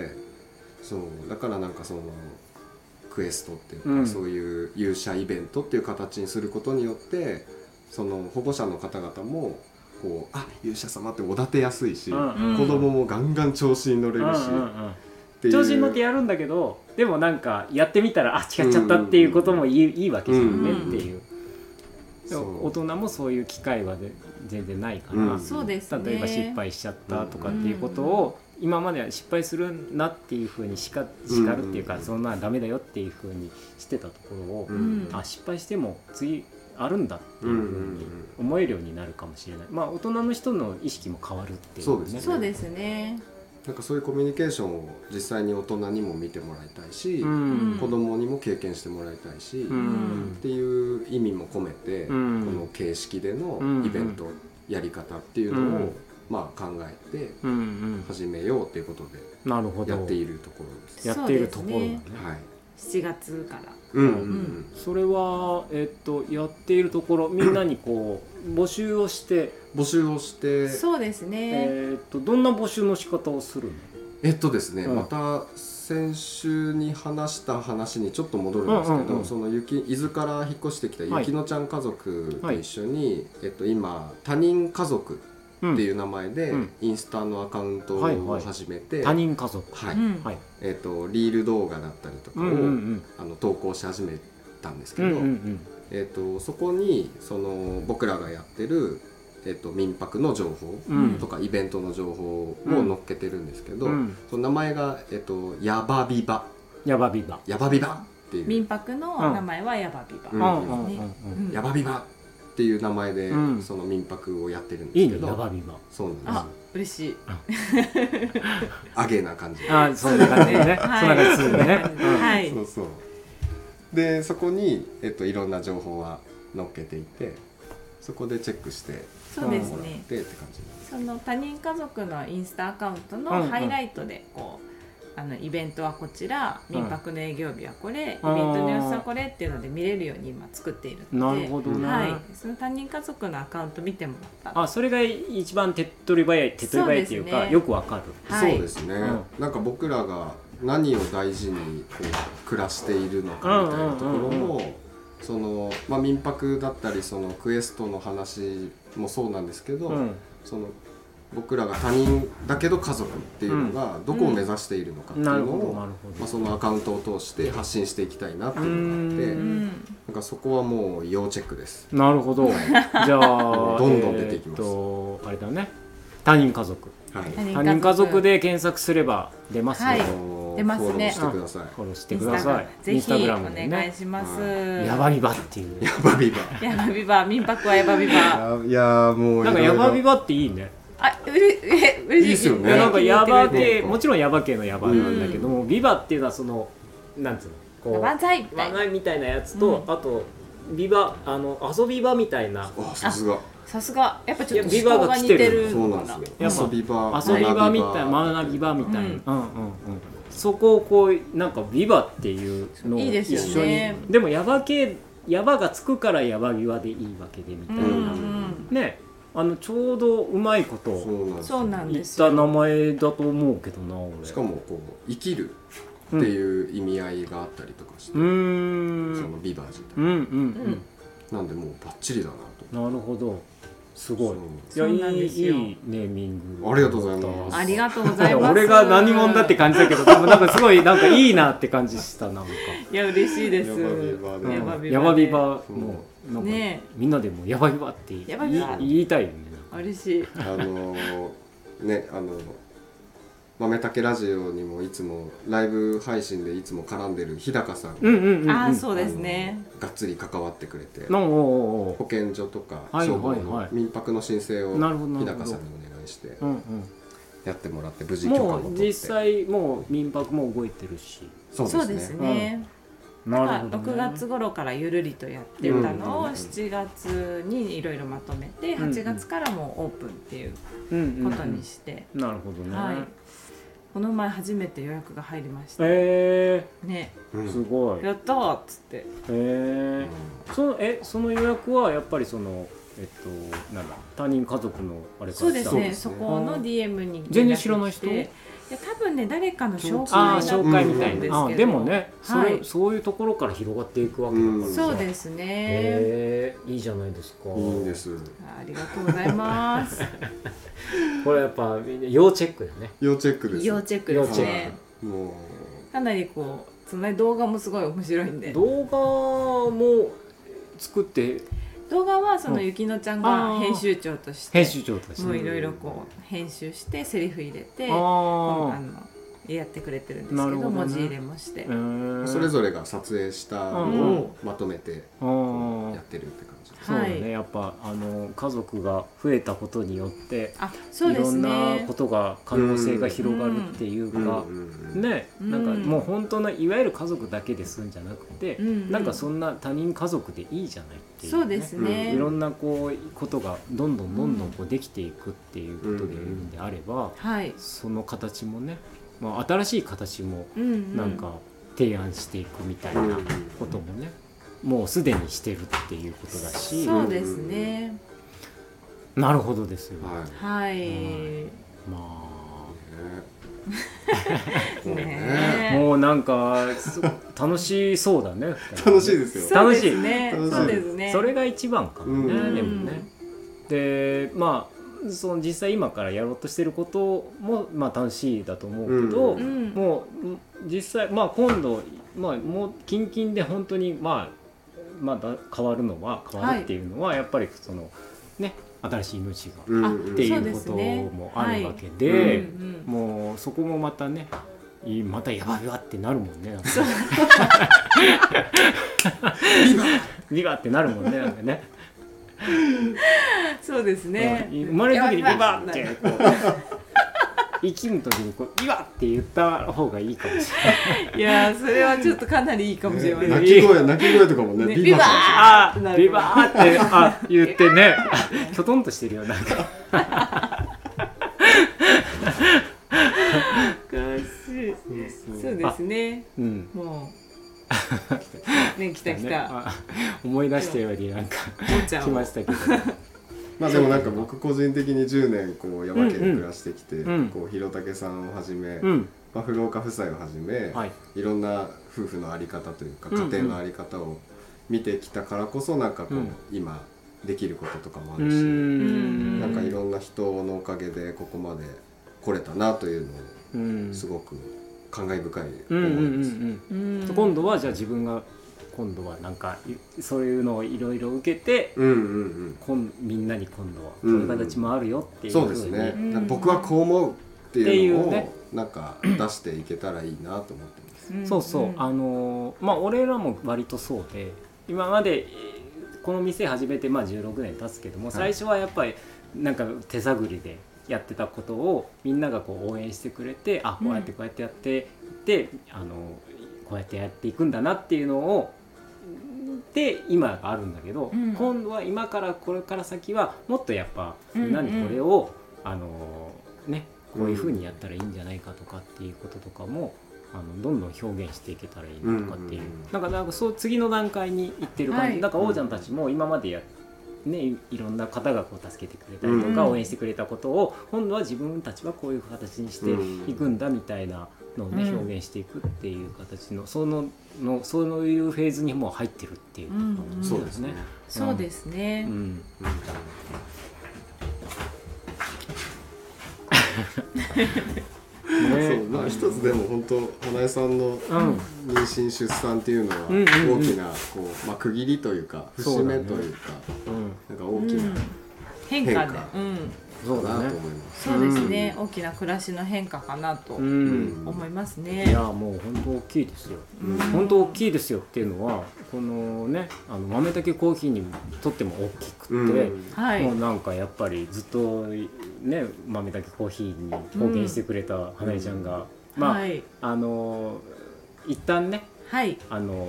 そうだからなんかそのクエストっていうか、うん、そういう勇者イベントっていう形にすることによってその保護者の方々もこうあ勇者様っておだてやすいし、うんうん、子供もガンガン調子に乗れるし、うんうんうん、 っていう調子に乗ってやるんだけどでもなんかやってみたらあ違っちゃったっていうこともいい、うんうん、いいわけじゃんねっていう、うんうん、大人もそういう機会はで全然ないから、うん、 そうですね、 例えば失敗しちゃったとかっていうことを今までは失敗するなっていう風に叱るっていうか、うん、そんなダメだよっていう風にしてたところを、うん、あ失敗しても次あるんだっていう風に思えるようになるかもしれない、まあ大人の人の意識も変わるっていう、ね、 そうですね、 そうですね、 なんかそういうコミュニケーションを実際に大人にも見てもらいたいし、うん、子供にも経験してもらいたいし、うん、っていう意味も込めて、うん、この形式でのイベント、やり方っていうのを、うんまあ、考えて始めようっていうことでやっているところです。 やっているところだね。 はい。 しちがつから。 うんうんうん、 それは、えっと、やっているところみんなにこう募集をして募集をしてそうですね、 えっとどんな募集の仕方をするの？ えっとですね、 うん、 また先週に話した話にちょっと戻るんですけど、うんうんうん、その雪伊豆から引っ越してきた雪乃ちゃん家族と一緒に、はいえっと、今他人家族っていう名前でインスタのアカウントを始めて、 他人家族、 はいはいえっと、リール動画だったりとかを、うんうんうん、あの投稿し始めたんですけど、うんうんうんえっと、そこにその僕らがやってるえっと、民泊の情報とかイベントの情報を載っけてるんですけど、うん、その名前が、えっと、ヤバビバヤバビバヤバビバっていう民泊の名前はヤバビバ、 うんうん、ヤバビバっていう名前で、うん、その民泊をやってるんですけどいいねヤバビバそうなんですあ嬉しいアゲな感じあそんな感じでね、はい、そんな感じするね、 はい、そうそうでそこに、えっと、いろんな情報は載っけていてそこでチェックしてそうですね。 って感じその他人家族のインスタアカウントのハイライトでこう、うんうん、あのイベントはこちら、民泊の営業日はこれ、うん、イベントの様子はこれっていうので見れるように今作っているので、 なるほどね。 はい、その他人家族のアカウント見てもらったら、 あ、それが一番手っ取り早い手っ取り早いっていうか、ね、よくわかる。 はい、そうですね、うん。なんか僕らが何を大事にこう暮らしているのかみたいなところも。そのまあ、民泊だったりそのクエストの話もそうなんですけど、うん、その僕らが他人だけど家族っていうのがどこを目指しているのかっていうのを、まあ、そのアカウントを通して発信していきたいなっていうのがあってなんかそこはもう要チェックです。 なるほど。じゃあどんどん出てきます。 えー、っとあれだね他人家族、 はい、 他人家族で検索すれば出ますね、はい出ますね。 フォローしてください。 フォローしてください。 ぜひお願いします。 ヤバビバっていう。 ヤバビバ。 ヤバビバ。民泊はヤバビバ。 いやもうなんかヤバビバっていいね。 あ、うれえ嬉しいですよね。 なんかヤバ系もちろんヤバ系のヤバなんだけども、ビバっていうのはそのなんつうのこう万歳みたいなやつとあとビバあの遊び場みたいな。 あ、さすが。 さすがやっぱちょっと思考が似てるのかな。遊び場遊び場みたいな学び場みたいな。うんうんうん。そこをこうなんかビバっていうのを一緒に で, ね、でもヤバ系ヤバがつくからヤバビワでいいわけでみたいな、うんうん、ねあのちょうどうまいことそうなん言った名前だと思うけどな俺。 しかもこう生きるっていう意味合いがあったりとかして、うん、そのビバ自体、うんうんうん、なんでもうバッチリだなと。 なるほどすごい。いやいいいいネーミング。 ありがとうございます。 ありがとうございます。 俺が何者だって感じだけど、多分なんかすごいなんかいいなって感じしたなんか。 いや嬉しいです。 ヤバビバ。ヤバビバもうなんかみんなでもヤバビバって言いたいよね。 嬉しい。 あのねあの豆竹ラジオにもいつもライブ配信でいつも絡んでる日高さんが、 うんうんうん、あそうですねがっつり関わってくれて保健所とか消防の民泊の申請を日高さんにお願いしてやってもらって無事許可も取って、 もう実際もう民泊も動いてるしそうですね、うん、なるほどね、ろくがつ頃からゆるりとやってたのをしちがつにいろいろまとめてはちがつからもうオープンっていうことにして、 うんうんうん、なるほどね、はい、 この前初めて予約が入りました。 えー、ね、 すごい。 やったーっつって。 えー、そのえその予約はやっぱりそのえっとなんだ他人家族のあれかそうですね。そこの ディーエム に全然知らない人。 いや多分ね誰かの紹介あ紹介みたいな、うん、あでもね、 はい、 そ, そういうところから広がっていくわけだから、うん、 そうですね、 えー、いいじゃないですか。 いいです。 ありがとうございますこれやっぱ要チェックよね。 要チェックです。 要チェックですね。もうかなりこうその動画もすごい面白いんで動画も作って動画はそのゆきのちゃんが編集長として編集長としてもういろいろこう編集してセリフ入れてあのやってくれてるんですけど、ね、文字入れもしてそれぞれが撮影したのをまとめてやってるって感じです。 そうだね、やっぱあの家族が増えたことによってあそうです、ね、 いろんなことが可能性が広がるっていうか、うん、ね、なんかもう本当のいわゆる家族だけですんじゃなくて、うん、なんかそんな他人家族でいいじゃないっていう、ね、 そうですね、 いろんなこうことがどんどんどんどんこうできていくっていうことでいうんであれば、 うんはい、 その形もね、まあ、新しい形もなんか提案していくみたいなこともね、もうすでにしてるっていうことだし。 そうですね。 なるほどですよ。 はい、はい、 まあねもうなんか楽しそうだね。 楽しいですよ。 楽しいね。そうですね。 それが一番かもね、 うん、 でもね。でまあその実際今からやろうとしてることもまあ楽しいだと思うけど、 うん、 もう実際まあ今度まあもう近々で本当にまあまだ変わるのは変わるっていうのはやっぱりそのね。新しい命が、うん、っていうこともあるわけで、はい、もうそこもまたねまたやばいわってなるもんね。ビバってなるもんねなんかね。 そうですね。 生まれる時にビバってこう生きる時にこうビバって言った方がいいかもしれない。 いやそれはちょっとかなりいいかもしれない。 泣き声泣き声とかもね、 ビバービバーってあ言ってね、きょとんとしてるよなんか。 そうですね。 うん、 もうね来た来た。 思い出したよりなんか来ましたけど。 まあでもなんか僕個人的にじゅうねんこう耶馬家に暮らしてきて、 うんうん、 こう弘武さんをはじめ、 うん、 まあ、古岡夫妻をはじめ、はい、いろんな夫婦の在り方というか家庭の在り方を見てきたからこそなんかこう、うん、今できることとかもあるし、んなんかいろんな人のおかげでここまで来れたなというのをすごく感慨深い思いです。 今度はじゃあ自分が今度はなんかそういうのをいろいろ受けて、 うんうんうん、 みんなに今度はこういう形もあるよっていうふうに、 そうですね、うん、僕はこう思うっていうのをなんか出していけたらいいなと思ってます、 うん、そうそう、あのまあ俺らも割とそうで今までこの店始めてまあじゅうろくねん経つけども、はい、最初はやっぱりなんか手探りでやってたことをみんながこう応援してくれて、あこうやってこうやってやってで、うん、あのこうやってやっていくんだなっていうのをで今があるんだけど、うん、今度は今からこれから先はもっとやっぱみんなにこれを、うんうん、あのねこういう風にやったらいいんじゃないかとかっていうこととかもあのどんどん表現していけたらいいなとかっていう、うんうん、なんかなんかそう次の段階に行ってる感じ、はい、なんか王ちゃんたちも今までやね、いろんな方がこう助けてくれたりとか応援してくれたことを今度は自分たちはこういう形にしていくんだみたいなのを、ね、表現していくっていう形のそののそういうフェーズにもう入ってるっていうことそうですね。 そうですね。 うんうんね、そうまあ、一つでも本当花江さんの妊娠出産っていうのは大きなこう、まあ、区切りというか節目というかなんか大きな変化だなと思います。 そうですね、大きな暮らしの変化かなと思いますね。 いやもう本当大きいですよ。本当大きいですよっていうのはこのねあの豆竹コーヒーにとっても大きくて、うんはい、もうなんかやっぱりずっとね豆竹コーヒーに貢献してくれた花江ちゃんが、うん、まあ、はい、あの一旦ね、はい、あの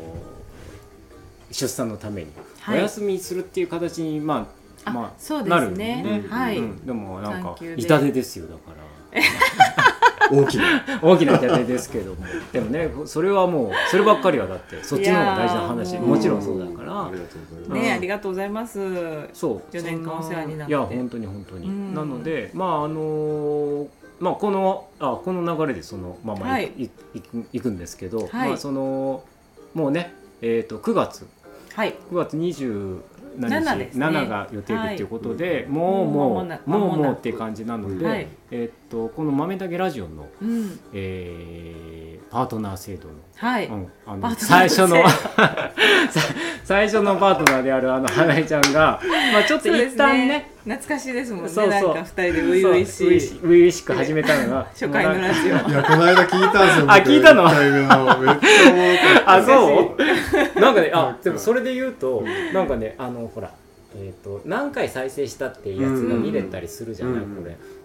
出産のためにお休みするっていう形にまあまあ、 そうですね、 ね、 はい、 うん、でもなんか痛手ですよだから大きな大きな痛手ですけどもでもねそれはもうそればっかりはだってそっちの方が大事な話もちろんそうだからありがとうございます、 ね、ありがとうございます。 そうよねんかんお世話になっていや本当に本当になのでまああのー、まあこのあこの流れでそのまま、はい、いいくいくんですけど、はい、まあそのもうねえっ、ー、とくがつ、はい、くがつにじゅうななですね、ななが予定日ということで、はい、もうもうもうもうっていう感じなので、はい、えー、っとこの豆竹ラジオの、うん、えー、パートナー制度の、はい、うん、あの最初の最初のパートナーであるあの花江ちゃんが、まあ、ちょっと一旦 ね, ね懐かしいですもんね。そうそうなんかふたりで初々しい初々しく始めたのが初回のラジオ。いやこの間聞いたんですよ。 あ聞いたの？ めっちゃおもろかった。 あそうなんかねあでもそれで言うとなんかねあのほらえー、と何回再生したっていうやつが見れたりするじゃない、うん、これ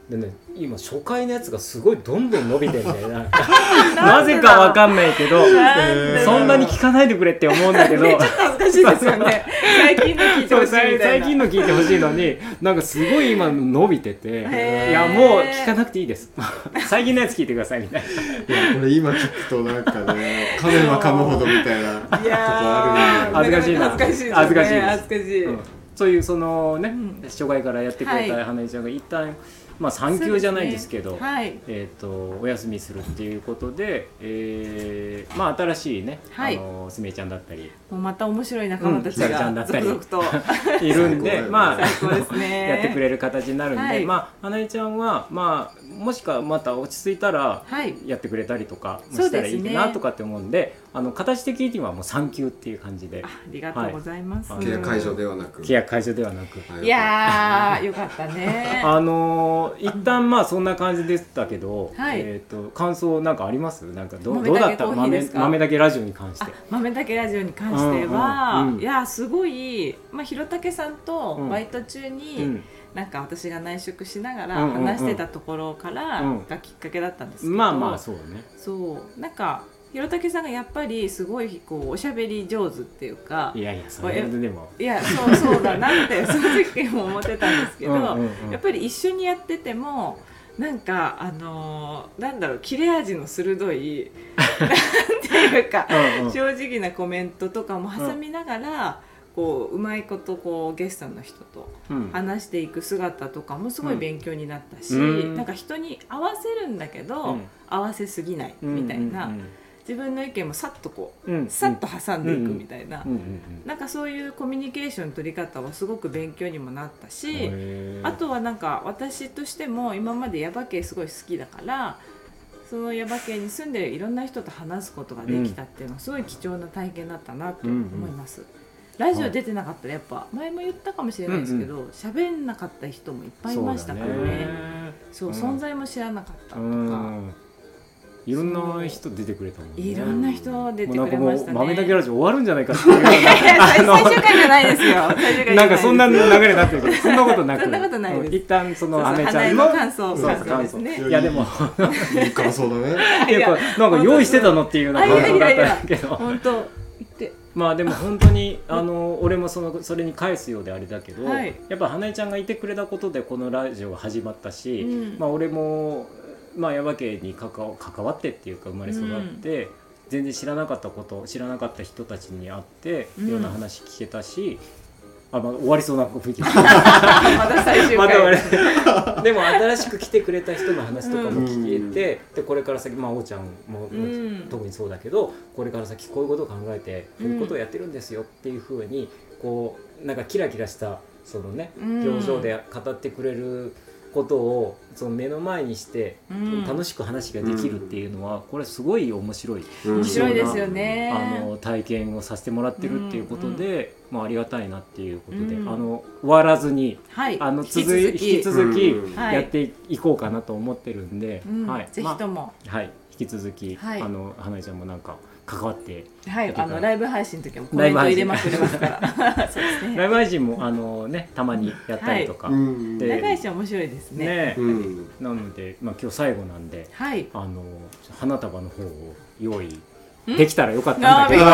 でね、今初回のやつがすごいどんどん伸びてるんだよなんかなぜかわかんないけどそんなに聞かないでくれって思うんだけど、 ね、ちょっと恥ずかしいですよね最近の聞いてほしいみたいな最近の聞いてほしいのになんかすごい今伸びてて、いやもう聞かなくていいです最近のやつ聞いてくださいみたいな。 いやこれ今聞くとなんかね噛めば噛むほどみたいなことある恥ずかしいな恥ずかしいですね、 恥ずかしいです恥ずかしい、うん、 そういうそのね、 うん、 初回からやってくれた花江ちゃんが一旦まあ産休じゃないですけど、 ね、はい、 えー、とお休みするっていうことで、えー、まあ新しいね、はい、あのすみれちゃんだったりもうまた面白い仲間たちが続々と、 うん、いるんでまあ最高ですねやってくれる形になるんで、はい、まあ花江ちゃんはまあもしかまた落ち着いたらやってくれたりとかもしたらいいなとかって思うんで、でね、あの形的にはもう産休っていう感じであ, ありがとうございます、 はい、契約解除ではなく契約解除ではなくいやーよかったねあのー、一旦まあそんな感じでしたけど、 はい、 えー、と感想なんかあります？なんか ど, どうだった？豆豆だけラジオに関して豆だけラジオに関しては、うんうんうん、いやすごい、まあ、ひろたけさんとバイト中に、うん、なんか私が内職しながら話してたところからがきっかけだったんですけど、 うん、まあまあそうねそうなんかひろたけさんがやっぱりすごいこうおしゃべり上手っていうか、 いやいやそれでもいやそうそうだなってその時も思ってたんですけどうんうん、うん、やっぱり一緒にやっててもなんかあのー、なんだろう切れ味の鋭いなんていうかうん、うん、正直なコメントとかも挟みながら、うん、こううまいことこうゲストの人と話していく姿とかもすごい勉強になったし、うん、なんか人に合わせるんだけど、うん、合わせすぎないみたいな、うんうんうん、自分の意見もさっとこう、うん、さっと挟んでいくみたいな、うんうん、なんかそういうコミュニケーション取り方はすごく勉強にもなったし、あとはなんか私としても今まで耶馬渓すごい好きだからその耶馬渓に住んでるいろんな人と話すことができたっていうのはすごい貴重な体験だったなと思います、うんうん、ラジオ出てなかったらやっぱ前も言ったかもしれないですけど喋、うんうん、んなかった人もいっぱいいましたからね、そう、存在も知らなかったとか、うんいろんな人出てくれたもんね。 いろんな人出てくれましたね。 豆だけラジオ終わるんじゃないかっていういやいや最終回じゃないですよ。 なんかそんな流れになってるけどそんなことなくそんなことないです。 一旦そのアメちゃんの感想ですね。 いやでもいい感想だね。 いやなんか用意してたのっていうような感想だったけど。 本当言ってまあでも本当にあの俺もそのそれに返すようであれだけど、はい、やっぱ花江ちゃんがいてくれたことでこのラジオが始まったし、うん、まあ俺もまあ耶馬渓に関わ、関わってっていうか生まれ育って、うん、全然知らなかったこと知らなかった人たちに会っていろんな話聞けたし、うん、あ、まあ、終わりそうな雰囲気また最終回、また終わりでも新しく来てくれた人の話とかも聞けて、うん、でこれから先まあおーちゃんも、うん、特にそうだけどこれから先こういうことを考えてこういうことをやってるんですよっていう風にこうなんかキラキラしたそのね、うん、表情で語ってくれることをその目の前にして楽しく話ができるっていうのは、うん、これすごい面白い、 うん、面白いですよね。 あの体験をさせてもらってるっていうことで、うん、まあ、ありがたいなっていうことで、うん、あの終わらずに、はい、あの続引き続きやっていこうかなと思ってるんで、 うんはい、 ぜひとも、 まあ、はい、引き続き、はい、あの花江ちゃんもなんか関わってはい、あのライブ配信の時もコメント入れまくれますからそうですね、 ライブ配信もあの、ね、たまにやったりとか、はい、 でライブ配信面白いですね、 ね、うん、なので、まあ、今日最後なんで、はい、あの花束の方を用意できたらよかったんだけど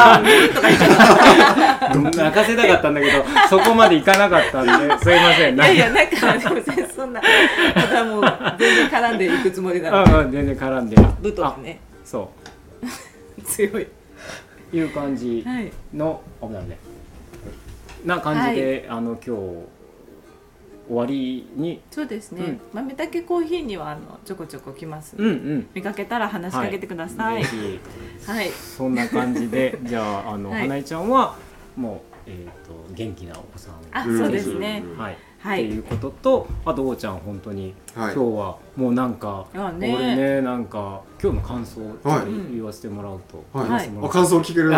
泣かせたかったんだけどそこまでいかなかったんですいません。 いやいやなんかでも全然そんなまたもう全然絡んでいくつもりなのでうん、うん、全然絡んで武闘ですね。 そう強いいう感じの、はい、危ないねな感じで、はい、あの今日終わりにそうですね、うん、豆だけコーヒーにはあのちょこちょこ来ますので、うんうん、見かけたら話しかけてください、はい、ぜひ、はい、 そんな感じでじゃあ、あの、はい、花江ちゃんはもう、えー、と元気なお子さんをあそうですね、 はいはい、っていうこととあとおーちゃん本当に、はい、今日はもうなんか、ね、俺ねなんか今日の感想をちょっと言わせてもらうと、 はいはい、あ感想聞ける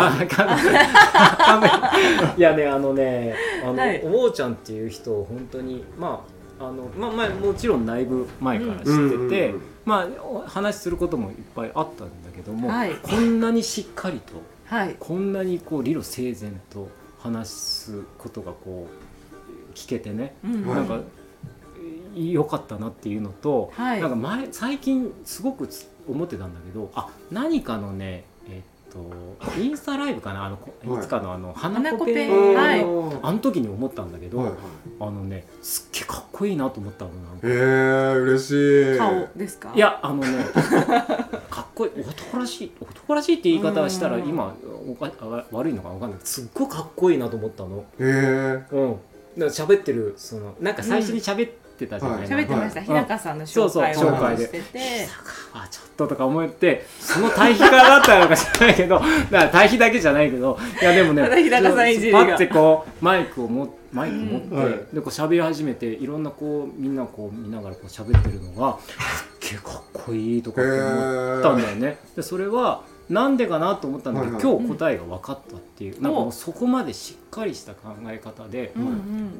いやねあのねあの、はい、おーちゃんっていう人を本当にまああのまあまあもちろんだいぶ前から知ってて、うん、まあ話することもいっぱいあったんだけども、はい、こんなにしっかりと、はい、こんなにこう理路整然と話すことがこう聞けてね、うん、なんか良かったなっていうのと、 はい、 なんか前最近すごく思ってたんだけど、あ何かのねえっとインスタライブかな、あのいつかのあの花子ペン、はい、あの時に思ったんだけど、はいはい、あのねすっげえかっこいいなと思ったの。なんかへえ嬉しい。 顔ですか？ いやあのねかっこいい、男らしい男らしいって言い方したら今おか悪いのか分かんないけど、すっごいかっこいいなと思ったの。 へえ。 うん。だから喋ってるそのなんか最初に喋ってたじゃない、 喋、うん、ってました、はい、日高さんの紹介をしてて、そうそう紹介であちょっととか思ってその対比からだったのか知らないけど、だから対比だけじゃないけど、いやでもね日高さんいじりがパッてこうマイクをもマイク持って、うん、でこう喋り始めていろんなこうみんなこう見ながらこう喋ってるのがすっげえかっこいいとかって思ったんだよね。でそれはなんでかなと思ったんだけど、はいはい、今日答えが分かったっていう、うん、なんかもうそこまでしっかりした考え方で、うんうんうん、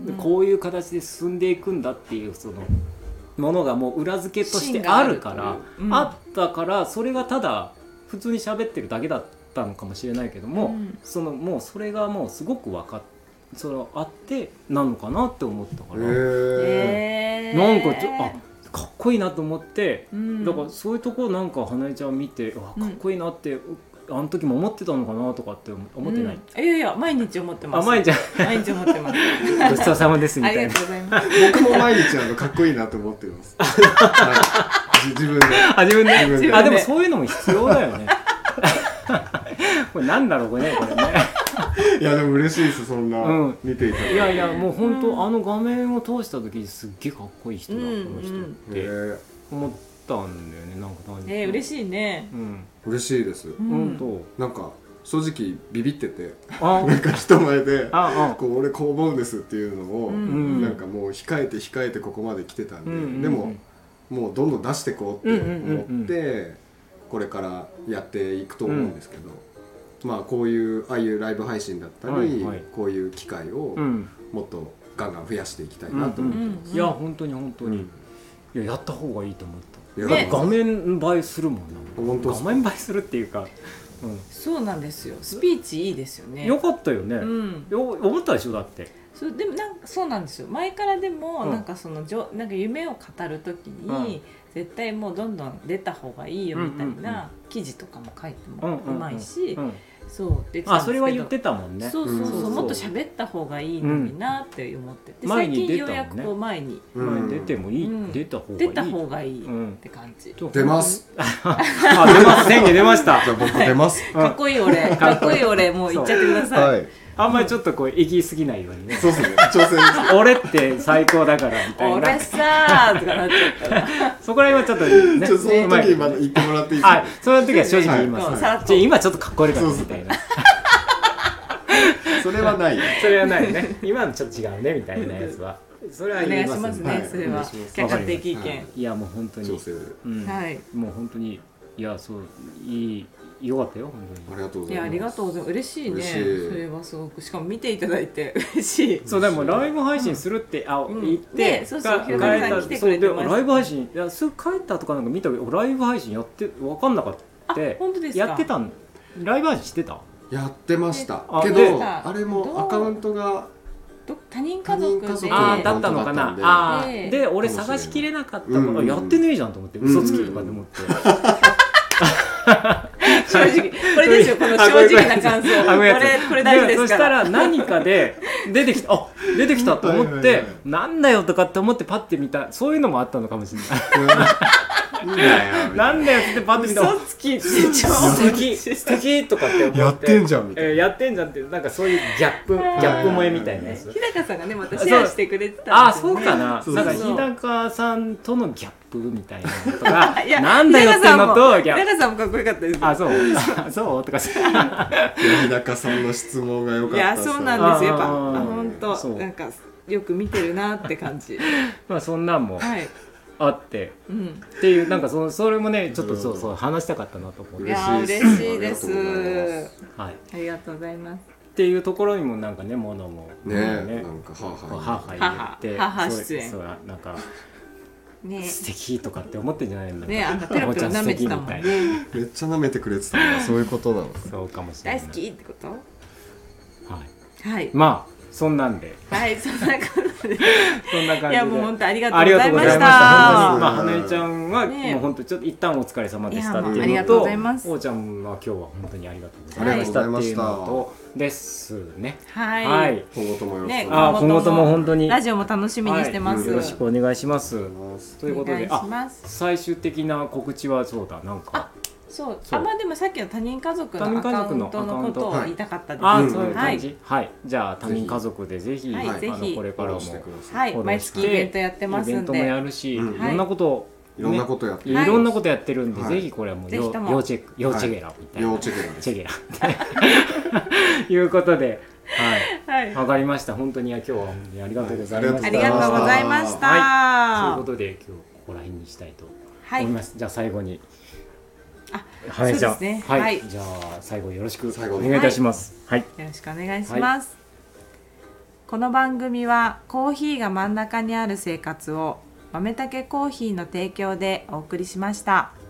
でこういう形で進んでいくんだっていうそのものがもう裏付けとしてあるから あ,、うん、あったからそれがただ普通に喋ってるだけだったのかもしれないけども、うん、そのもうそれがもうすごく分かってそれあってなのかなって思ったから、 へーなんかちょあかっこいいなと思って、うん、だからそういうところなんか花江ちゃん見てあかっこいいなって、うん、あの時も思ってたのかなとかって思ってない、 うん、いやいや毎日思ってます。 あ毎日毎日思ってますごちそうさまですみたいな。 ありがとうございます僕も毎日あのかっこいいなと思ってます、はい、自分であ自分で自分であでもそういうのも必要だよねこれなんだろうこれねこれねいやでも嬉しいですそんな、うん、見ていただいて。 いやいやもう本当、うん、あの画面を通した時すっげえかっこいい人だ、うん、この人って思ったんだよね。なんかえー、嬉しいね、 うん、嬉しいです、 うん、本当なんか正直ビビっててなんか人前でこう俺こう思うんですっていうのを、うん、なんかもう控えて控えてここまで来てたんで、うん、でももうどんどん出していこうって思ってこれからやっていくと思うんですけど、うん、まあこういうああいうライブ配信だったり、はいはい、こういう機会をもっとガンガン増やしていきたいなと思ってます、 うん、いや本当に本当に、うん、いややった方がいいと思った。ね、画面映えするもんな。画面映えするっていうか、 うん、そうなんですよ。スピーチいいですよね。 よかったよね、うん、よ思ったでしょだって。 そでもなんかそうなんですよ。前からでも、うん、なんかそのじょなんか夢を語るときに、うん、絶対もうどんどん出た方がいいよみたいな記事とかも書いてもうまいし、そうであそれは言ってたもんね。 そうそうそう、うん、もっと喋った方がいいのになって思ってて、うん、最近ようやくこう前に、 うん、出てもいい、うん、出た方がいい出た方がいいって感じ、 うん、出ますあ出ます宣言出ましたじゃあ僕出ますかっこいい俺かっこいい俺もう言っちゃってください、はい、 あんまりちょっとこう行き過ぎないようにね。 そうですね挑戦俺って最高だからみたいな俺さーとかなっちゃったらそこら辺はちょっとねちょその時にまだ言ってもらっていいですか。 その時は正直言います、はい、今ちょっとかっこ悪かったみたいなそれはないそれはないね。今のちょっと違うねみたいなやつはそれは言います、 お願いしますね、はい、それは客観的意見、はい、 いやもう本当に、うんはい、もう本当にいやそういいよかったよ本当に。 ありがとうございます。いやありがとうございます。嬉しいね。しいそれはすごくしかも見ていただいて嬉しい。 そうでもライブ配信するって、うん、あ言って、 うん、そうそうひろかさん来てくれてました。 ライブ配信いやすぐ帰ったとかなんか見たけどライブ配信やって分かんなかった。 本当ですか。 やってたんライブ配信してた。 やってましたけどあれもアカウントが他人家族であだったのかなあで, で俺探しきれなかったから、うん、やってねえじゃんと思って嘘つきとかで思って、うん正直これですよこの正直な感想これこれ大事ですから。 そしたら何かで出てきたあ出てきたと思って、はいはいはい、なんだよとかって思ってパッて見たそういうのもあったのかもしれないなんだよってパッて見た嘘つきって素敵素敵とかって思ってやってんじゃんみたいな、 えー、やってんじゃんってなんかそういうギャップギャップ萌えみたいなやつ。 日高さんがねまたシェアしてくれてたんですよね。 あそうかな。なんか日高さんとのギャップみたいなのとかなんだよっていうのと日高さんもかっこよかったです。 あそうそうとか日高さんの質問が良かった。 いやそうなんですよやっぱ本当なんかよく見てるなって感じまあそんなんもあって、はいうん、っていうなんか そ, それもねちょっとそうそう話したかったなと思って。 いや嬉しいです。はいありがとうございます。 っていうところにもなんかねものもねねなんか母母言って母出演そうなんかね、 素敵とかって思ってんじゃないのね、あんたペロペロ舐めてたもんね。 めっちゃ舐めてくれてたのがそういうことなの。 そうかもしれない。 大好きってこと？ はい。 はい。 まあそんなんではいそんなことでそんな感じでいやもう本当ありがとうございました。まあ花江ちゃんはもう本当ちょっと一旦お疲れ様でしたっていうのと、 ありがとうございます。 おーちゃんは今日は本当にありがとうございましたっていうのとですね。 はい。 はい。 今後ともよろしく。 あ今後とも本当にラジオも楽しみにしてます。 よろしくお願いします。ということで、あ最終的な告知はそうだなんか。 そうあまあでもさっきの他人家族のアカウントのことを言いたかったです。 あそういう感じ。はい。じゃあ他人家族でぜひあのこれからもはい毎月イベントやってますんで。イベントもやるし、いろんなこといろんなことやっていろんなことやってるんでぜひこれはもう要チェック要チェゲラみたいな。 要チェゲラチェゲラいうことで。はい、わかりました。本当に今日は本当にありがとうございました。 ありがとうございました。 はい、ということで今日ここら辺にしたいと思います。はい、じゃあ最後に、 あ、 花江ちゃん、 ね、 はい、 はい、 じゃあ最後よろしくお願いいたします。はい、はい、 よろしくお願いします。はい、この番組はコーヒーが真ん中にある生活を豆たけコーヒーの提供でお送りしました。